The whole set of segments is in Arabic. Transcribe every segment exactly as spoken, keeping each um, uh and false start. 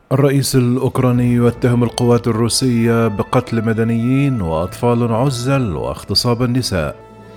الرئيس الأوكراني يتهم القوات الروسية بقتل مدنيين وأطفال عزل واغتصاب النساء.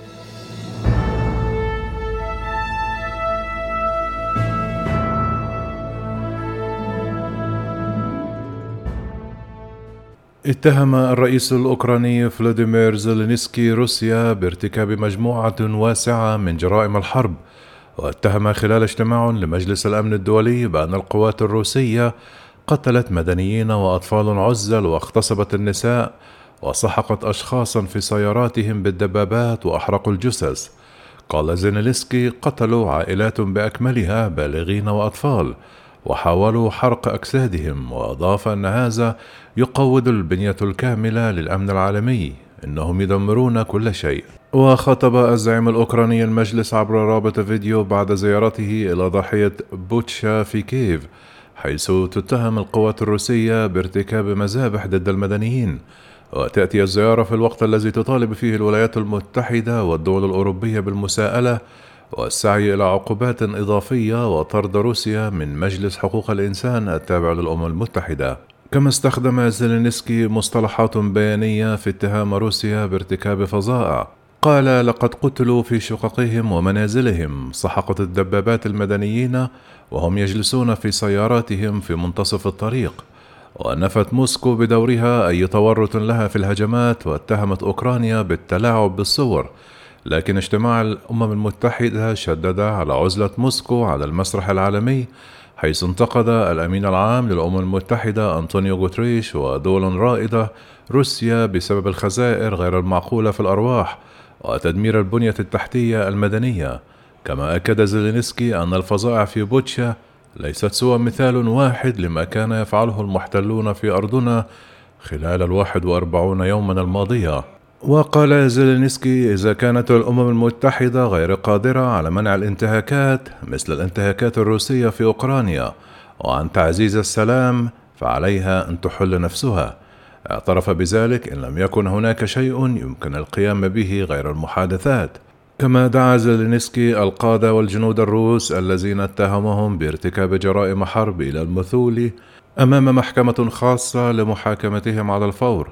اتهم الرئيس الأوكراني فلاديمير زيلينسكي روسيا بارتكاب مجموعة واسعة من جرائم الحرب، واتهم خلال اجتماع لمجلس الأمن الدولي بأن القوات الروسية قتلت مدنيين وأطفال عزل واغتصبت النساء وسحقت أشخاصا في سياراتهم بالدبابات وأحرقوا الجثث. قال زيلينسكي: قتلوا عائلات بأكملها بالغين وأطفال وحاولوا حرق أجسادهم، وأضاف أن هذا يقوض البنية الكاملة للأمن العالمي، إنهم يدمرون كل شيء. وخاطب الزعيم الأوكراني المجلس عبر رابط فيديو بعد زيارته إلى ضاحية بوتشا في كييف، حيث تتهم القوات الروسية بارتكاب مذابح ضد المدنيين. وتأتي الزيارة في الوقت الذي تطالب فيه الولايات المتحدة والدول الأوروبية بالمساءلة والسعي إلى عقوبات إضافية وطرد روسيا من مجلس حقوق الإنسان التابع للأمم المتحدة. كما استخدم زيلينسكي مصطلحات بيانية في اتهام روسيا بارتكاب فظائع. قال: لقد قتلوا في شققهم ومنازلهم، سحقت الدبابات المدنيين وهم يجلسون في سياراتهم في منتصف الطريق. ونفت موسكو بدورها أي تورط لها في الهجمات، واتهمت أوكرانيا بالتلاعب بالصور. لكن اجتماع الأمم المتحدة شدد على عزلة موسكو على المسرح العالمي، حيث انتقد الأمين العام للأمم المتحدة أنطونيو غوتريش ودول رائدة روسيا بسبب الخسائر غير المعقولة في الأرواح وتدمير البنية التحتية المدنية. كما أكد زيلينسكي أن الفظائع في بوتشا ليست سوى مثال واحد لما كان يفعله المحتلون في أرضنا خلال الواحد وأربعون يوما الماضية. وقال زيلينسكي: إذا كانت الأمم المتحدة غير قادرة على منع الانتهاكات مثل الانتهاكات الروسية في أوكرانيا وعن تعزيز السلام، فعليها أن تحل نفسها. اعترف بذلك: إن لم يكن هناك شيء يمكن القيام به غير المحادثات. كما دعا زيلينسكي القادة والجنود الروس الذين اتهمهم بارتكاب جرائم حرب إلى المثول أمام محكمة خاصة لمحاكمتهم على الفور.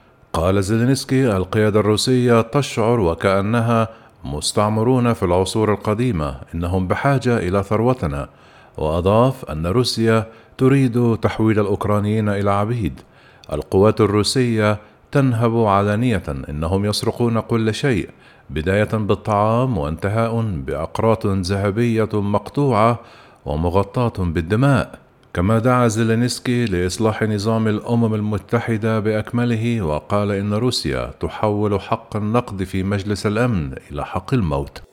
قال زيلينسكي: القيادة الروسية تشعر وكأنها مستعمرون في العصور القديمة، إنهم بحاجة إلى ثروتنا. وأضاف أن روسيا تريد تحويل الأوكرانيين إلى عبيد. القوات الروسية تنهب علانية إنهم يسرقون كل شيء، بداية بالطعام وانتهاء بأقراط ذهبية مقطوعة ومغطاة بالدماء. كما دعا زيلينسكي لإصلاح نظام الأمم المتحدة بأكمله، وقال إن روسيا تحول حق النقد في مجلس الأمن إلى حق الموت.